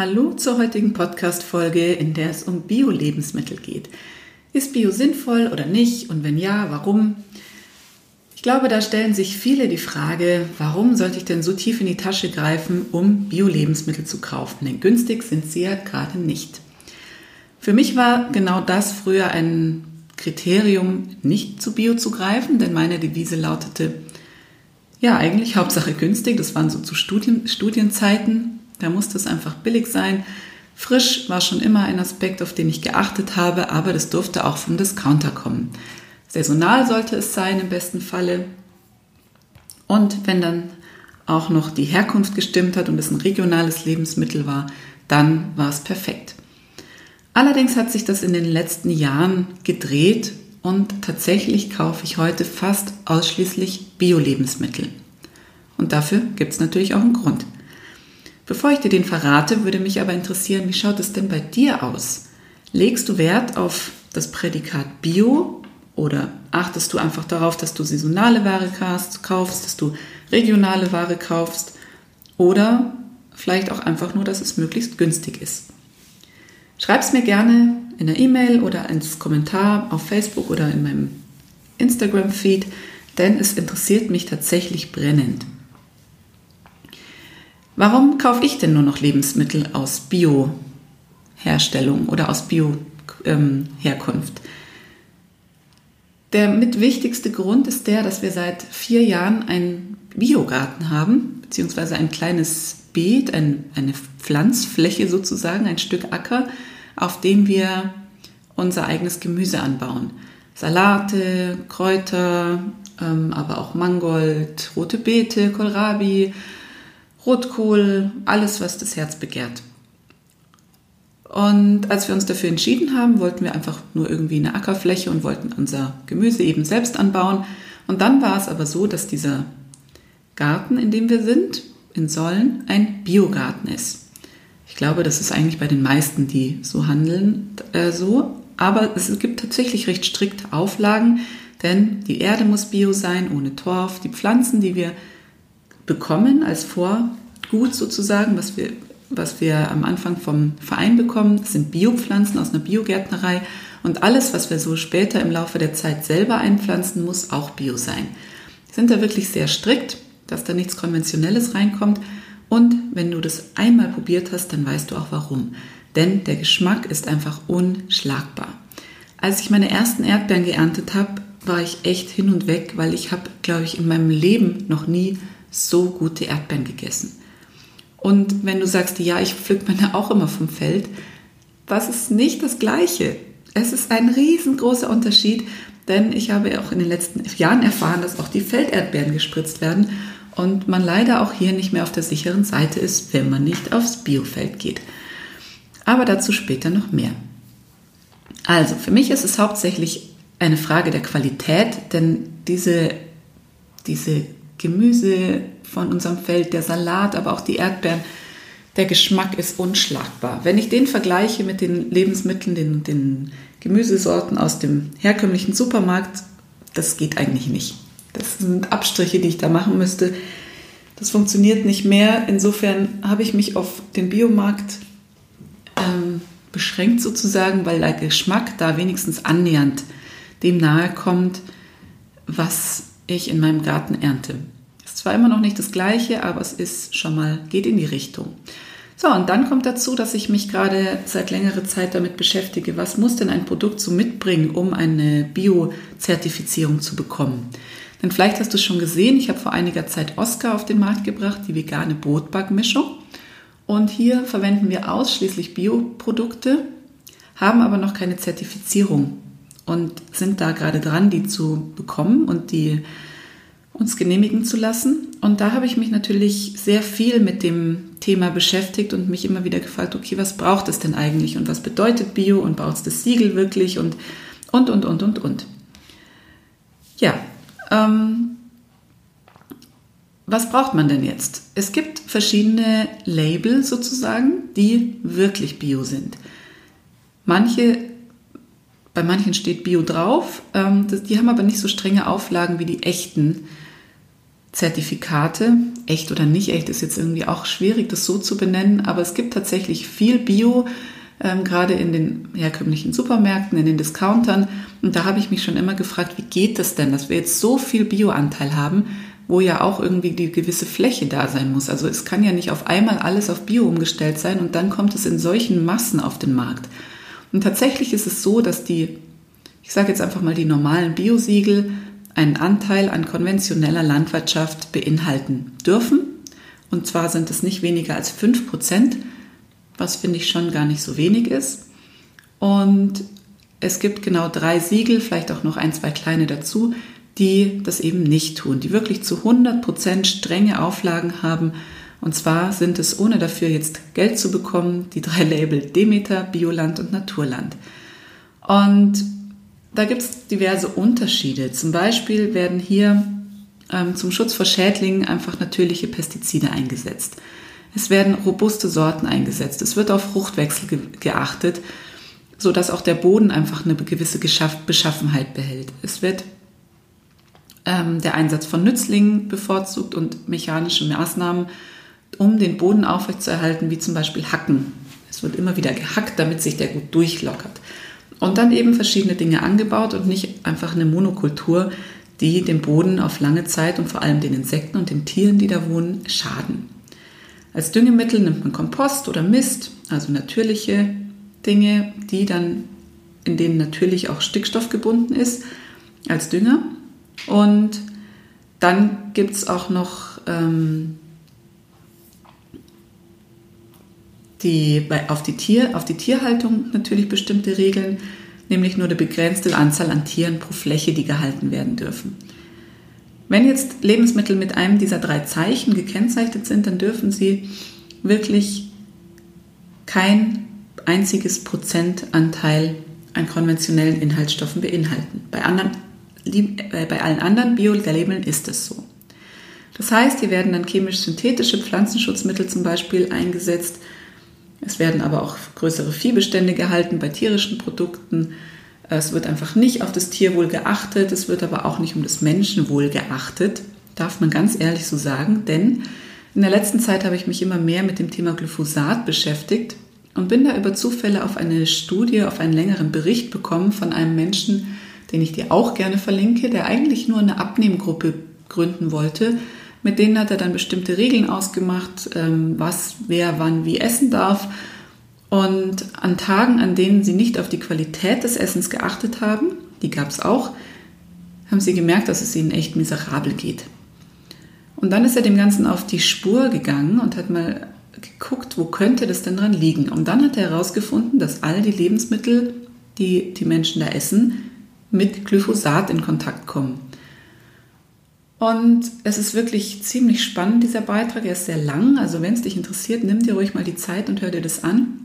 Hallo zur heutigen Podcast-Folge, in der es um Bio-Lebensmittel geht. Ist Bio sinnvoll oder nicht? Und wenn ja, warum? Ich glaube, da stellen sich viele die Frage, warum sollte ich denn so tief in die Tasche greifen, um Bio-Lebensmittel zu kaufen? Denn günstig sind sie ja gerade nicht. Für mich war genau das früher ein Kriterium, nicht zu Bio zu greifen, denn meine Devise lautete, ja, eigentlich Hauptsache günstig. Das waren so zu Studienzeiten. Da musste es einfach billig sein. Frisch war schon immer ein Aspekt, auf den ich geachtet habe, aber das durfte auch vom Discounter kommen. Saisonal sollte es sein im besten Falle. Und wenn dann auch noch die Herkunft gestimmt hat und es ein regionales Lebensmittel war, dann war es perfekt. Allerdings hat sich das in den letzten Jahren gedreht und tatsächlich kaufe ich heute fast ausschließlich Bio-Lebensmittel. Und dafür gibt es natürlich auch einen Grund. Bevor ich dir den verrate, würde mich aber interessieren, wie schaut es denn bei dir aus? Legst du Wert auf das Prädikat Bio oder achtest du einfach darauf, dass du saisonale Ware kaufst, dass du regionale Ware kaufst oder vielleicht auch einfach nur, dass es möglichst günstig ist? Schreib es mir gerne in der E-Mail oder ins Kommentar auf Facebook oder in meinem Instagram-Feed, denn es interessiert mich tatsächlich brennend. Warum kaufe ich denn nur noch Lebensmittel aus Bio-Herstellung oder aus Bio-Herkunft? Der mitwichtigste Grund ist der, dass wir seit 4 Jahren einen Biogarten haben, beziehungsweise ein kleines Beet, eine Pflanzfläche sozusagen, ein Stück Acker, auf dem wir unser eigenes Gemüse anbauen. Salate, Kräuter, aber auch Mangold, rote Beete, Kohlrabi, Rotkohl, alles, was das Herz begehrt. Und als wir uns dafür entschieden haben, wollten wir einfach nur irgendwie eine Ackerfläche und wollten unser Gemüse eben selbst anbauen. Und dann war es aber so, dass dieser Garten, in dem wir sind, in Sollen, ein Biogarten ist. Ich glaube, das ist eigentlich bei den meisten, die so handeln, so. Aber es gibt tatsächlich recht strikte Auflagen, denn die Erde muss bio sein, ohne Torf. Die Pflanzen, die wir bekommen als Vorgut sozusagen, was wir am Anfang vom Verein bekommen, das sind Biopflanzen aus einer Biogärtnerei und alles, was wir so später im Laufe der Zeit selber einpflanzen, muss auch bio sein. Die sind da wirklich sehr strikt, dass da nichts Konventionelles reinkommt und wenn du das einmal probiert hast, dann weißt du auch warum. Denn der Geschmack ist einfach unschlagbar. Als ich meine ersten Erdbeeren geerntet habe, war ich echt hin und weg, weil ich habe, glaube ich, in meinem Leben noch nie so gute Erdbeeren gegessen. Und wenn du sagst, ja, ich pflück meine auch immer vom Feld, das ist nicht das Gleiche. Es ist ein riesengroßer Unterschied, denn ich habe auch in den letzten Jahren erfahren, dass auch die Felderdbeeren gespritzt werden und man leider auch hier nicht mehr auf der sicheren Seite ist, wenn man nicht aufs Biofeld geht. Aber dazu später noch mehr. Also, für mich ist es hauptsächlich eine Frage der Qualität, denn diese Gemüse von unserem Feld, der Salat, aber auch die Erdbeeren, der Geschmack ist unschlagbar. Wenn ich den vergleiche mit den Lebensmitteln, den Gemüsesorten aus dem herkömmlichen Supermarkt, das geht eigentlich nicht. Das sind Abstriche, die ich da machen müsste. Das funktioniert nicht mehr. Insofern habe ich mich auf den Biomarkt beschränkt sozusagen, weil der Geschmack da wenigstens annähernd dem nahe kommt, was ich in meinem Garten ernte. Ist zwar immer noch nicht das Gleiche, aber es ist schon mal, geht in die Richtung. So, und dann kommt dazu, dass ich mich gerade seit längerer Zeit damit beschäftige, was muss denn ein Produkt so mitbringen, um eine Bio-Zertifizierung zu bekommen. Denn vielleicht hast du es schon gesehen, ich habe vor einiger Zeit Oskar auf den Markt gebracht, die vegane Brotbackmischung. Und hier verwenden wir ausschließlich Bioprodukte, haben aber noch keine Zertifizierung und sind da gerade dran, die zu bekommen und die uns genehmigen zu lassen. Und da habe ich mich natürlich sehr viel mit dem Thema beschäftigt und mich immer wieder gefragt, okay, was braucht es denn eigentlich und was bedeutet Bio und braucht es das Siegel wirklich und. Ja, was braucht man denn jetzt? Es gibt verschiedene Label sozusagen, die wirklich Bio sind. Bei manchen steht Bio drauf, die haben aber nicht so strenge Auflagen wie die echten Zertifikate, echt oder nicht echt, ist jetzt irgendwie auch schwierig, das so zu benennen, aber es gibt tatsächlich viel Bio, gerade in den herkömmlichen Supermärkten, in den Discountern. Und da habe ich mich schon immer gefragt, wie geht das denn, dass wir jetzt so viel Bioanteil haben, wo ja auch irgendwie die gewisse Fläche da sein muss. Also es kann ja nicht auf einmal alles auf Bio umgestellt sein und dann kommt es in solchen Massen auf den Markt. Und tatsächlich ist es so, dass ich sage jetzt einfach mal, die normalen Biosiegel einen Anteil an konventioneller Landwirtschaft beinhalten dürfen. Und zwar sind es nicht weniger als 5%, was finde ich schon gar nicht so wenig ist. Und es gibt genau 3 Siegel, vielleicht auch noch 1, 2 kleine dazu, die das eben nicht tun, die wirklich zu 100% strenge Auflagen haben. Und zwar sind es, ohne dafür jetzt Geld zu bekommen, die 3 Label Demeter, Bioland und Naturland. Und da gibt es diverse Unterschiede. Zum Beispiel werden hier zum Schutz vor Schädlingen einfach natürliche Pestizide eingesetzt. Es werden robuste Sorten eingesetzt. Es wird auf Fruchtwechsel geachtet, sodass auch der Boden einfach eine gewisse Beschaffenheit behält. Es wird der Einsatz von Nützlingen bevorzugt und mechanische Maßnahmen, um den Boden aufrechtzuerhalten, wie zum Beispiel Hacken. Es wird immer wieder gehackt, damit sich der gut durchlockert. Und dann eben verschiedene Dinge angebaut und nicht einfach eine Monokultur, die dem Boden auf lange Zeit und vor allem den Insekten und den Tieren, die da wohnen, schaden. Als Düngemittel nimmt man Kompost oder Mist, also natürliche Dinge, in denen natürlich auch Stickstoff gebunden ist, als Dünger. Und dann gibt es auch noch auf die Tierhaltung natürlich bestimmte Regeln, nämlich nur eine begrenzte Anzahl an Tieren pro Fläche, die gehalten werden dürfen. Wenn jetzt Lebensmittel mit einem dieser 3 Zeichen gekennzeichnet sind, dann dürfen sie wirklich kein einziges Prozentanteil an konventionellen Inhaltsstoffen beinhalten. Bei allen anderen Bio-Labeln ist es so. Das heißt, hier werden dann chemisch-synthetische Pflanzenschutzmittel zum Beispiel eingesetzt. Es werden aber auch größere Viehbestände gehalten bei tierischen Produkten. Es wird einfach nicht auf das Tierwohl geachtet, es wird aber auch nicht um das Menschenwohl geachtet, darf man ganz ehrlich so sagen, denn in der letzten Zeit habe ich mich immer mehr mit dem Thema Glyphosat beschäftigt und bin da über Zufälle auf eine Studie, auf einen längeren Bericht bekommen von einem Menschen, den ich dir auch gerne verlinke, der eigentlich nur eine Abnehmgruppe gründen wollte. Mit denen hat er dann bestimmte Regeln ausgemacht, was, wer, wann, wie essen darf. Und an Tagen, an denen sie nicht auf die Qualität des Essens geachtet haben, die gab es auch, haben sie gemerkt, dass es ihnen echt miserabel geht. Und dann ist er dem Ganzen auf die Spur gegangen und hat mal geguckt, wo könnte das denn dran liegen. Und dann hat er herausgefunden, dass all die Lebensmittel, die die Menschen da essen, mit Glyphosat in Kontakt kommen. Und es ist wirklich ziemlich spannend, dieser Beitrag. Er ist sehr lang, also wenn es dich interessiert, nimm dir ruhig mal die Zeit und hör dir das an.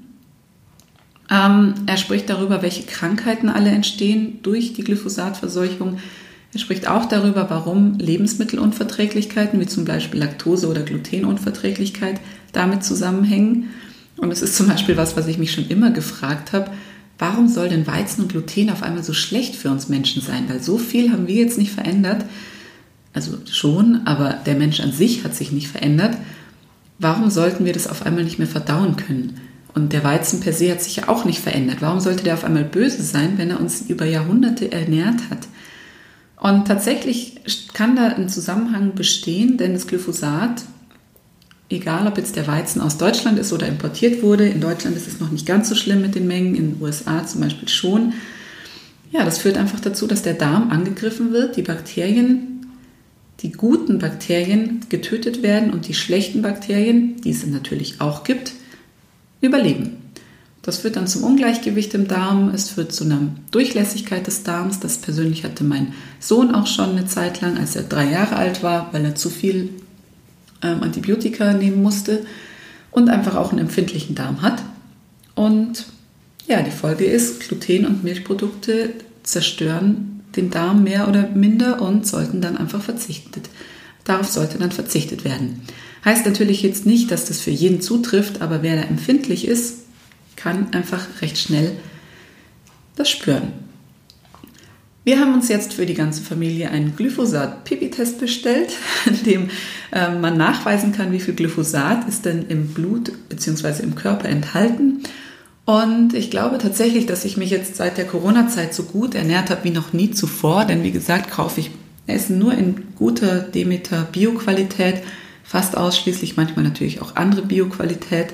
Er spricht darüber, welche Krankheiten alle entstehen durch die Glyphosatverseuchung. Er spricht auch darüber, warum Lebensmittelunverträglichkeiten, wie zum Beispiel Laktose- oder Glutenunverträglichkeit, damit zusammenhängen. Und es ist zum Beispiel was ich mich schon immer gefragt habe, warum soll denn Weizen und Gluten auf einmal so schlecht für uns Menschen sein? Weil so viel haben wir jetzt nicht verändert. Also schon, aber der Mensch an sich hat sich nicht verändert. Warum sollten wir das auf einmal nicht mehr verdauen können? Und der Weizen per se hat sich ja auch nicht verändert. Warum sollte der auf einmal böse sein, wenn er uns über Jahrhunderte ernährt hat? Und tatsächlich kann da ein Zusammenhang bestehen, denn das Glyphosat, egal ob jetzt der Weizen aus Deutschland ist oder importiert wurde, in Deutschland ist es noch nicht ganz so schlimm mit den Mengen, in den USA zum Beispiel schon. Ja, das führt einfach dazu, dass der Darm angegriffen wird, die guten Bakterien getötet werden und die schlechten Bakterien, die es natürlich auch gibt, überleben. Das führt dann zum Ungleichgewicht im Darm, es führt zu einer Durchlässigkeit des Darms. Das persönlich hatte mein Sohn auch schon eine Zeit lang, als er 3 Jahre alt war, weil er zu viel Antibiotika nehmen musste und einfach auch einen empfindlichen Darm hat. Und ja, die Folge ist, Gluten und Milchprodukte zerstören den Darm mehr oder minder und sollten dann einfach darauf sollte dann verzichtet werden. Heißt natürlich jetzt nicht, dass das für jeden zutrifft, aber wer da empfindlich ist, kann einfach recht schnell das spüren. Wir haben uns jetzt für die ganze Familie einen Glyphosat-Pipi-Test bestellt, in dem man nachweisen kann, wie viel Glyphosat ist denn im Blut bzw. im Körper enthalten. Und ich glaube tatsächlich, dass ich mich jetzt seit der Corona-Zeit so gut ernährt habe wie noch nie zuvor. Denn wie gesagt, kaufe ich Essen nur in guter Demeter Bio-Qualität, fast ausschließlich, manchmal natürlich auch andere Bio-Qualität.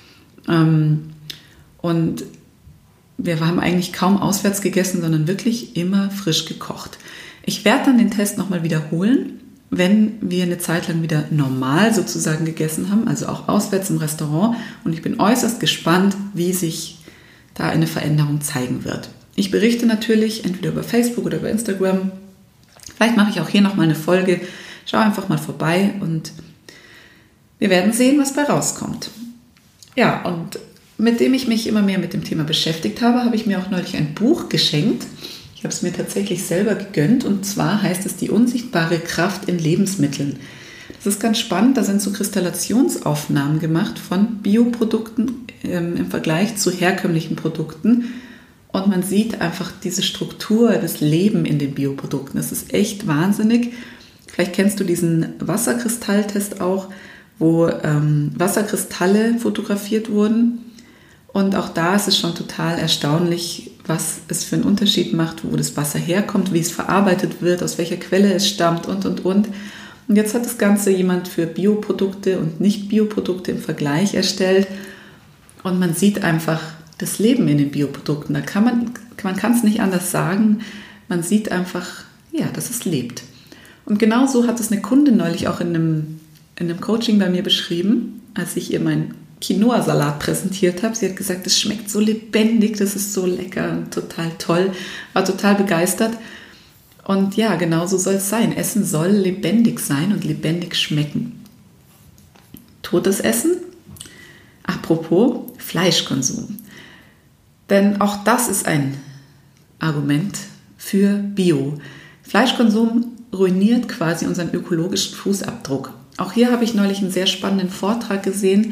Und wir haben eigentlich kaum auswärts gegessen, sondern wirklich immer frisch gekocht. Ich werde dann den Test nochmal wiederholen, wenn wir eine Zeit lang wieder normal sozusagen gegessen haben, also auch auswärts im Restaurant. Und ich bin äußerst gespannt, wie sich da eine Veränderung zeigen wird. Ich berichte natürlich entweder über Facebook oder über Instagram. Vielleicht mache ich auch hier nochmal eine Folge. Schau einfach mal vorbei und wir werden sehen, was bei rauskommt. Ja, und mit dem ich mich immer mehr mit dem Thema beschäftigt habe, habe ich mir auch neulich ein Buch geschenkt. Ich habe es mir tatsächlich selber gegönnt und zwar heißt es Die unsichtbare Kraft in Lebensmitteln. Das ist ganz spannend, da sind so Kristallationsaufnahmen gemacht von Bioprodukten im Vergleich zu herkömmlichen Produkten und man sieht einfach diese Struktur, das Leben in den Bioprodukten. Das ist echt wahnsinnig. Vielleicht kennst du diesen Wasserkristalltest auch, wo Wasserkristalle fotografiert wurden. Und auch da ist es schon total erstaunlich, was es für einen Unterschied macht, wo das Wasser herkommt, wie es verarbeitet wird, aus welcher Quelle es stammt und. Und jetzt hat das Ganze jemand für Bioprodukte und Nicht-Bioprodukte im Vergleich erstellt. Und man sieht einfach das Leben in den Bioprodukten. Da man kann es nicht anders sagen. Man sieht einfach, ja, dass es lebt. Und genau so hat es eine Kundin neulich auch in einem Coaching bei mir beschrieben, als ich ihr mein Quinoa-Salat präsentiert habe. Sie hat gesagt, es schmeckt so lebendig, das ist so lecker und total toll. War total begeistert. Und ja, genau so soll es sein. Essen soll lebendig sein und lebendig schmecken. Totes Essen? Apropos Fleischkonsum. Denn auch das ist ein Argument für Bio. Fleischkonsum ruiniert quasi unseren ökologischen Fußabdruck. Auch hier habe ich neulich einen sehr spannenden Vortrag gesehen,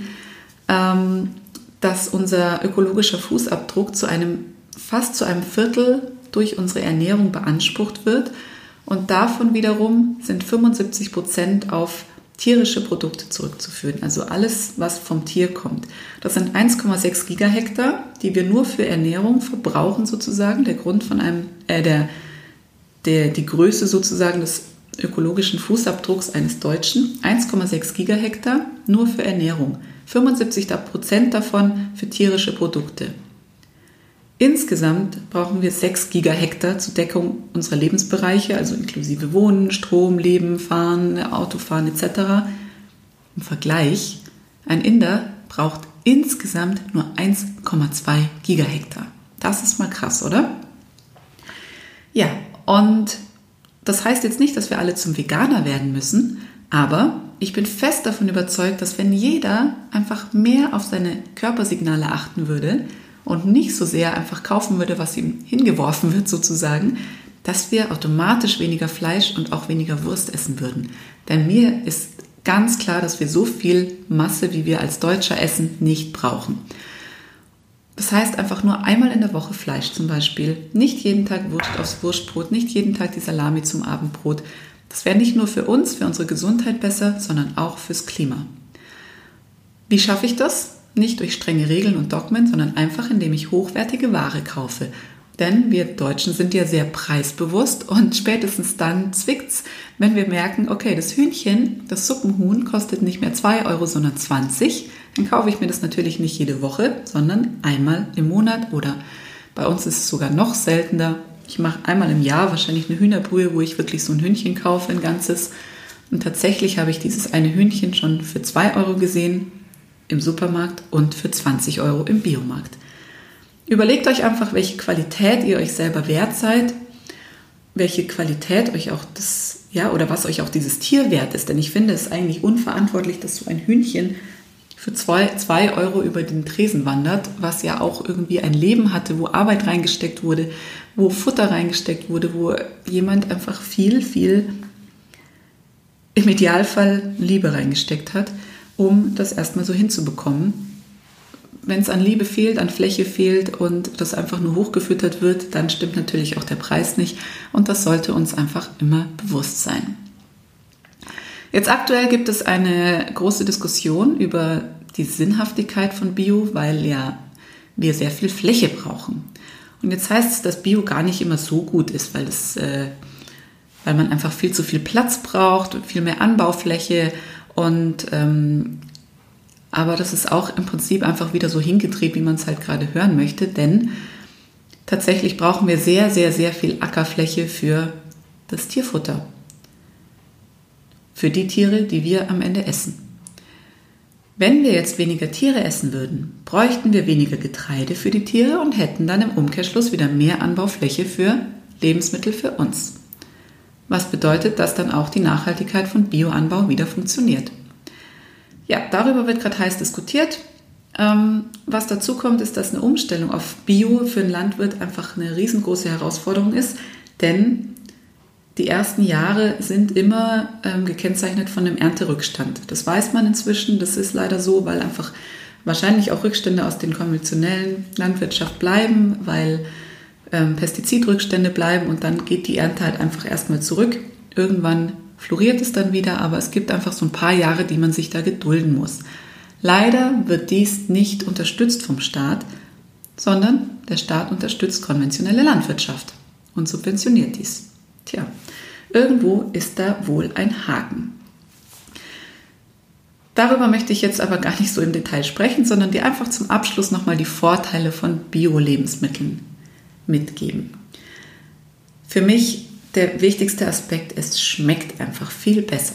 dass unser ökologischer Fußabdruck fast zu einem Viertel durch unsere Ernährung beansprucht wird und davon wiederum sind 75% auf tierische Produkte zurückzuführen, also alles, was vom Tier kommt. Das sind 1,6 Gigahektar, die wir nur für Ernährung verbrauchen sozusagen, der Grund von die Größe sozusagen des ökologischen Fußabdrucks eines Deutschen, 1,6 Gigahektar nur für Ernährung. 75% davon für tierische Produkte. Insgesamt brauchen wir 6 Gigahektar zur Deckung unserer Lebensbereiche, also inklusive Wohnen, Strom, Leben, Fahren, Autofahren etc. Im Vergleich, ein Inder braucht insgesamt nur 1,2 Gigahektar. Das ist mal krass, oder? Ja, und das heißt jetzt nicht, dass wir alle zum Veganer werden müssen, aber ich bin fest davon überzeugt, dass wenn jeder einfach mehr auf seine Körpersignale achten würde und nicht so sehr einfach kaufen würde, was ihm hingeworfen wird sozusagen, dass wir automatisch weniger Fleisch und auch weniger Wurst essen würden. Denn mir ist ganz klar, dass wir so viel Masse, wie wir als Deutscher essen, nicht brauchen. Das heißt einfach nur einmal in der Woche Fleisch zum Beispiel, nicht jeden Tag Wurst aufs Wurstbrot, nicht jeden Tag die Salami zum Abendbrot. Das wäre nicht nur für uns, für unsere Gesundheit besser, sondern auch fürs Klima. Wie schaffe ich das? Nicht durch strenge Regeln und Dogmen, sondern einfach, indem ich hochwertige Ware kaufe. Denn wir Deutschen sind ja sehr preisbewusst und spätestens dann zwickt's, wenn wir merken, okay, das Hühnchen, das Suppenhuhn kostet nicht mehr 2 Euro, sondern 20. Dann kaufe ich mir das natürlich nicht jede Woche, sondern einmal im Monat oder bei uns ist es sogar noch seltener. Ich mache einmal im Jahr wahrscheinlich eine Hühnerbrühe, wo ich wirklich so ein Hühnchen kaufe, ein ganzes. Und tatsächlich habe ich dieses eine Hühnchen schon für 2 Euro gesehen im Supermarkt und für 20 Euro im Biomarkt. Überlegt euch einfach, welche Qualität ihr euch selber wert seid, welche Qualität euch auch oder was euch auch dieses Tier wert ist. Denn ich finde es eigentlich unverantwortlich, dass so ein Hühnchen für 2 Euro über den Tresen wandert, was ja auch irgendwie ein Leben hatte, wo Arbeit reingesteckt wurde, wo Futter reingesteckt wurde, wo jemand einfach viel, viel, im Idealfall Liebe reingesteckt hat, um das erstmal so hinzubekommen. wenn es an Liebe fehlt, an Fläche fehlt und das einfach nur hochgefüttert wird, dann stimmt natürlich auch der Preis nicht und das sollte uns einfach immer bewusst sein. Jetzt aktuell gibt es eine große Diskussion über die Sinnhaftigkeit von Bio, weil ja wir sehr viel Fläche brauchen. Und jetzt heißt es, dass Bio gar nicht immer so gut ist, weil man einfach viel zu viel Platz braucht und viel mehr Anbaufläche und aber das ist auch im Prinzip einfach wieder so hingedreht, wie man es halt gerade hören möchte, denn tatsächlich brauchen wir sehr, sehr, sehr viel Ackerfläche für das Tierfutter. Für die Tiere, die wir am Ende essen. Wenn wir jetzt weniger Tiere essen würden, bräuchten wir weniger Getreide für die Tiere und hätten dann im Umkehrschluss wieder mehr Anbaufläche für Lebensmittel für uns. Was bedeutet, dass dann auch die Nachhaltigkeit von Bioanbau wieder funktioniert. Ja, darüber wird gerade heiß diskutiert. Was dazu kommt, ist, dass eine Umstellung auf Bio für einen Landwirt einfach eine riesengroße Herausforderung ist, denn die ersten Jahre sind immer gekennzeichnet von einem Ernterückstand. Das weiß man inzwischen, das ist leider so, weil einfach wahrscheinlich auch Rückstände aus den konventionellen Landwirtschaft bleiben, weil Pestizidrückstände bleiben und dann geht die Ernte halt einfach erstmal zurück. Irgendwann floriert es dann wieder, aber es gibt einfach so ein paar Jahre, die man sich da gedulden muss. Leider wird dies nicht unterstützt vom Staat, sondern der Staat unterstützt konventionelle Landwirtschaft und subventioniert dies. Tja, irgendwo ist da wohl ein Haken. Darüber möchte ich jetzt aber gar nicht so im Detail sprechen, sondern dir einfach zum Abschluss nochmal die Vorteile von Bio-Lebensmitteln mitgeben. Für mich der wichtigste Aspekt, es schmeckt einfach viel besser.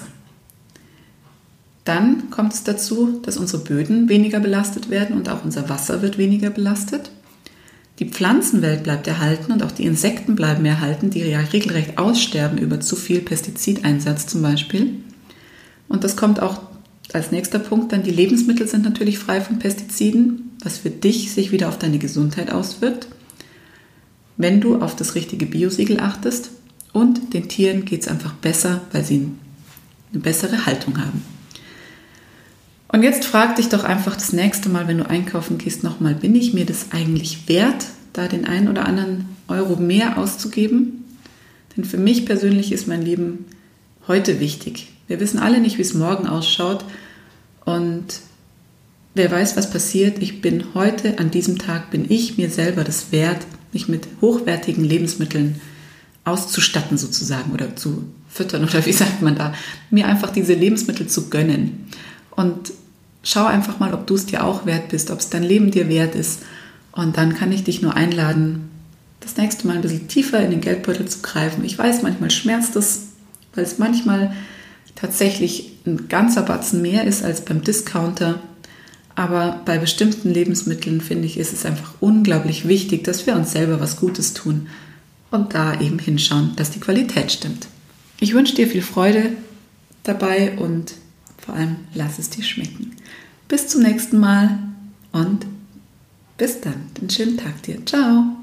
Dann kommt es dazu, dass unsere Böden weniger belastet werden und auch unser Wasser wird weniger belastet. Die Pflanzenwelt bleibt erhalten und auch die Insekten bleiben erhalten, die ja regelrecht aussterben über zu viel Pestizideinsatz zum Beispiel. Und das kommt auch als nächster Punkt, dann die Lebensmittel sind natürlich frei von Pestiziden, was für dich sich wieder auf deine Gesundheit auswirkt, wenn du auf das richtige Biosiegel achtest. Und den Tieren geht es einfach besser, weil sie eine bessere Haltung haben. Und jetzt frag dich doch einfach das nächste Mal, wenn du einkaufen gehst, nochmal, bin ich mir das eigentlich wert, da den einen oder anderen Euro mehr auszugeben? Denn für mich persönlich ist mein Leben heute wichtig. Wir wissen alle nicht, wie es morgen ausschaut und wer weiß, was passiert. Ich bin heute, an diesem Tag, bin ich mir selber das wert, mich mit hochwertigen Lebensmitteln auszustatten sozusagen oder zu füttern oder wie sagt man da, mir einfach diese Lebensmittel zu gönnen. Und schau einfach mal, ob du es dir auch wert bist, ob es dein Leben dir wert ist. Und dann kann ich dich nur einladen, das nächste Mal ein bisschen tiefer in den Geldbeutel zu greifen. Ich weiß, manchmal schmerzt es, weil es manchmal tatsächlich ein ganzer Batzen mehr ist als beim Discounter. Aber bei bestimmten Lebensmitteln, finde ich, ist es einfach unglaublich wichtig, dass wir uns selber was Gutes tun und da eben hinschauen, dass die Qualität stimmt. Ich wünsche dir viel Freude dabei und vor allem lass es dir schmecken. Bis zum nächsten Mal und bis dann. Einen schönen Tag dir. Ciao.